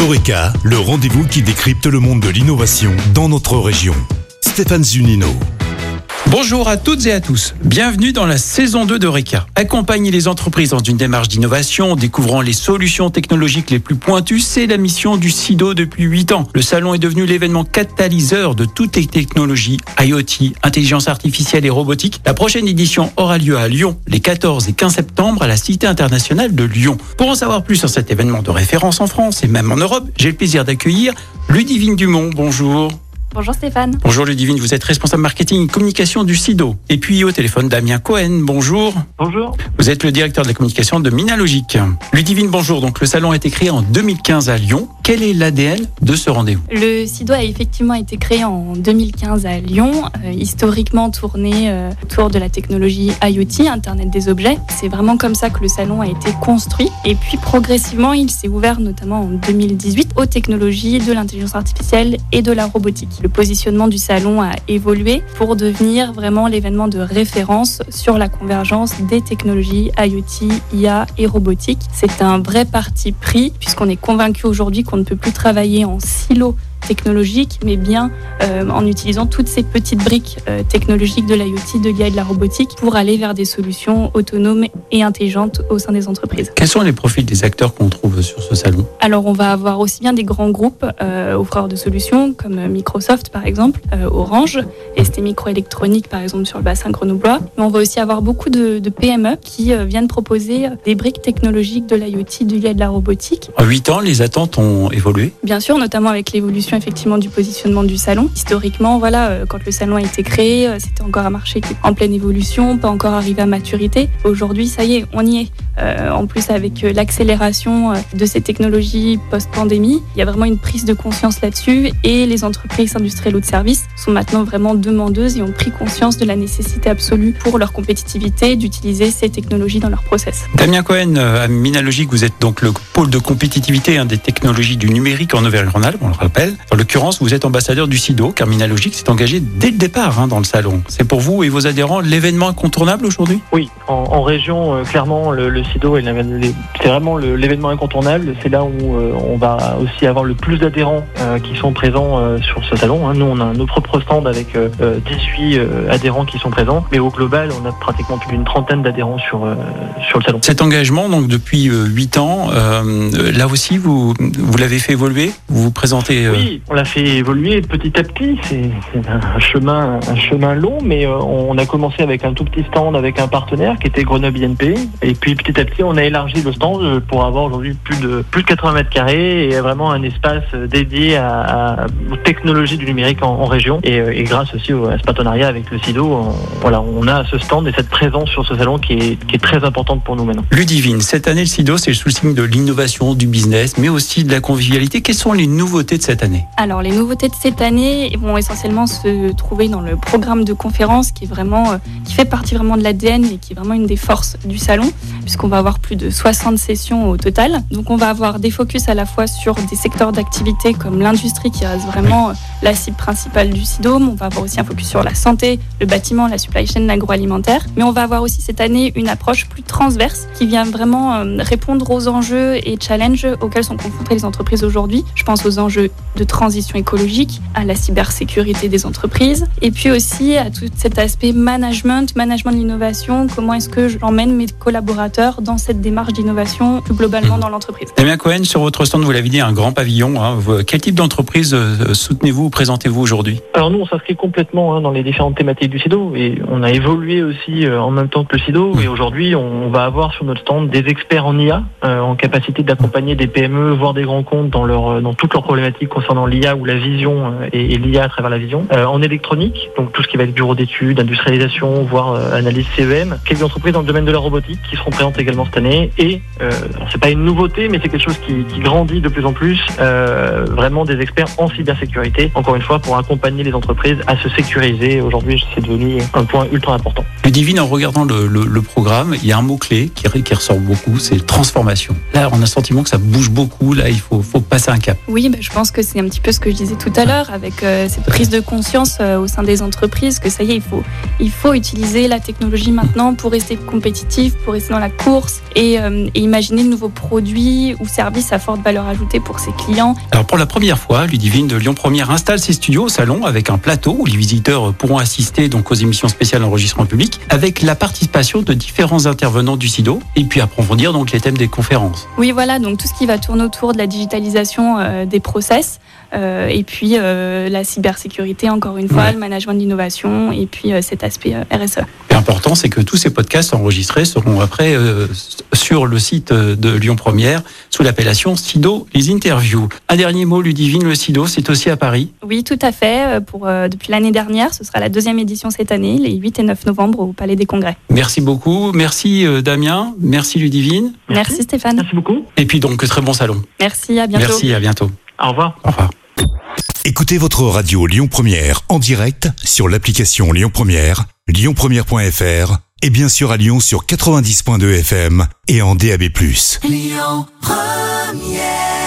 Eureka, le rendez-vous qui décrypte le monde de l'innovation dans notre région. Stéphane Zunino. Bonjour à toutes et à tous. Bienvenue dans la saison 2 d'Eureka. Accompagner les entreprises dans une démarche d'innovation en découvrant les solutions technologiques les plus pointues, c'est la mission du SIDO depuis 8 ans. Le salon est devenu l'événement catalyseur de toutes les technologies IoT, intelligence artificielle et robotique. La prochaine édition aura lieu à Lyon les 14 et 15 septembre à la Cité internationale de Lyon. Pour en savoir plus sur cet événement de référence en France et même en Europe, j'ai le plaisir d'accueillir Ludivine Dumont. Bonjour. Bonjour Stéphane. Bonjour Ludivine, vous êtes responsable marketing et communication du SIDO. Et puis au téléphone, Damien Cohen, bonjour. Bonjour. Vous êtes le directeur de la communication de Minalogic. Ludivine, bonjour. Donc le salon a été créé en 2015 à Lyon. Quel est l'ADN de ce rendez-vous ? Le SIDO a effectivement été créé en 2015 à Lyon, historiquement tourné autour de la technologie IoT, Internet des objets. C'est vraiment comme ça que le salon a été construit. Et puis progressivement, il s'est ouvert notamment en 2018 aux technologies de l'intelligence artificielle et de la robotique. Le positionnement du salon a évolué pour devenir vraiment l'événement de référence sur la convergence des technologies IoT, IA et robotique. C'est un vrai parti pris puisqu'on est convaincu aujourd'hui qu'on ne peut plus travailler en silo technologique, mais bien en utilisant toutes ces petites briques technologiques de l'IoT, de l'IA et de la robotique pour aller vers des solutions autonomes et intelligentes au sein des entreprises. Quels sont les profils des acteurs qu'on trouve sur ce salon ? Alors on va avoir aussi bien des grands groupes offreurs de solutions comme Microsoft par exemple, Orange, ST Microélectronique par exemple sur le bassin grenoblois, mais on va aussi avoir beaucoup de PME qui viennent proposer des briques technologiques de l'IoT, de l'IA et de la robotique. En 8 ans, les attentes ont évolué ? Bien sûr, notamment avec l'évolution effectivement du positionnement du salon. Historiquement, quand le salon a été créé, c'était encore un marché qui est en pleine évolution, pas encore arrivé à maturité. Aujourd'hui, ça y est, on y est. En plus, avec l'accélération de ces technologies post-pandémie, il y a vraiment une prise de conscience là-dessus et les entreprises industrielles ou de services sont maintenant vraiment demandeuses et ont pris conscience de la nécessité absolue pour leur compétitivité d'utiliser ces technologies dans leur process. Damien Cohen, à Minalogic, vous êtes donc le pôle de compétitivité des technologies du numérique en Auvergne-Rhône-Alpes, on le rappelle. En l'occurrence, vous êtes ambassadeur du SIDO, car Minalogic s'est engagé dès le départ dans le salon. C'est pour vous et vos adhérents l'événement incontournable aujourd'hui ? Oui, en région, clairement, le SIDO, c'est vraiment l'événement incontournable. C'est là où on va aussi avoir le plus d'adhérents qui sont présents sur ce salon. Nous, on a nos propres stands avec 18 adhérents qui sont présents. Mais au global, on a pratiquement plus d'une trentaine d'adhérents sur le salon. Cet engagement, donc depuis 8 ans, là aussi, vous l'avez fait évoluer ? Vous vous présentez Oui, on l'a fait évoluer petit à petit. C'est un chemin long, mais on a commencé avec un tout petit stand avec un partenaire qui était Grenoble INP. Et puis petit à petit, on a élargi le stand pour avoir aujourd'hui plus de 80 mètres carrés et vraiment un espace dédié aux technologies du numérique en région. Et grâce aussi à ce partenariat avec le SIDO, on a ce stand et cette présence sur ce salon qui est très importante pour nous maintenant. Ludivine, cette année, le SIDO, c'est sous le signe de l'innovation, du business, mais aussi de la convivialité. Quelles sont les nouveautés de cette année ? Alors, les nouveautés de cette année vont essentiellement se trouver dans le programme de conférence qui fait partie vraiment de l'ADN et qui est vraiment une des forces du salon, puisqu'on va avoir plus de 60 sessions au total. Donc, on va avoir des focus à la fois sur des secteurs d'activité comme l'industrie qui reste vraiment la cible principale du SIDO. On va avoir aussi un focus sur la santé, le bâtiment, la supply chain, l'agroalimentaire. Mais on va avoir aussi cette année une approche plus transverse qui vient vraiment répondre aux enjeux et challenges auxquels sont confrontées les entreprises aujourd'hui. Je pense aux enjeux de transition écologique, à la cybersécurité des entreprises et puis aussi à tout cet aspect management de l'innovation. Comment est-ce que j'emmène mes collaborateurs dans cette démarche d'innovation plus globalement dans l'entreprise. Damien Cohen, sur votre stand, vous l'avez dit, un grand pavillon. Quel type d'entreprise soutenez-vous ou présentez-vous aujourd'hui ? Alors nous, on s'inscrit complètement dans les différentes thématiques du SIDO et on a évolué aussi en même temps que le SIDO. Et aujourd'hui, on va avoir sur notre stand des experts en IA en capacité d'accompagner des PME, voire des grands comptes dans toutes leurs problématiques concernant l'IA ou la vision et l'IA à travers la vision. En électronique, donc tout ce qui va être bureau d'études, industrialisation, voire analyse CEM. Quelques entreprises dans le domaine de la robotique qui seront présentes également cette année. Et c'est pas une nouveauté, mais c'est quelque chose qui grandit de plus en plus. Vraiment des experts en cybersécurité, encore une fois, pour accompagner les entreprises à se sécuriser. Aujourd'hui, c'est devenu un point ultra important. Ludivine, en regardant le programme, il y a un mot-clé qui ressort beaucoup, c'est transformation. Là, on a le sentiment que ça bouge beaucoup. Là, il faut passer un cap. Oui, je pense que c'est un un petit peu ce que je disais tout à l'heure, avec cette prise de conscience au sein des entreprises, que ça y est, il faut utiliser la technologie maintenant pour rester compétitif, pour rester dans la course et imaginer de nouveaux produits ou services à forte valeur ajoutée pour ses clients. Alors pour la première fois, Ludivine de Lyon Première installe ses studios au salon avec un plateau où les visiteurs pourront assister donc aux émissions spéciales enregistrées en public, avec la participation de différents intervenants du SIDO et puis approfondir donc les thèmes des conférences. Oui, voilà, donc tout ce qui va tourner autour de la digitalisation des process et puis la cybersécurité, encore une fois, le management de l'innovation et puis cet aspect RSE. L'important, c'est que tous ces podcasts enregistrés seront après sur le site de Lyon Première sous l'appellation SIDO, les interviews. Un dernier mot, Ludivine, le SIDO, c'est aussi à Paris? Oui, tout à fait. Depuis l'année dernière, ce sera la 2e édition cette année, les 8 et 9 novembre au Palais des Congrès. Merci beaucoup. Merci Damien. Merci Ludivine. Merci Stéphane. Merci beaucoup. Et puis donc, très bon salon. Merci, à bientôt. Merci, à bientôt. Au revoir. Au revoir. Écoutez votre radio Lyon Première en direct sur l'application Lyon Première, lyonpremière.fr et bien sûr à Lyon sur 90.2 FM et en DAB+. Lyon Première.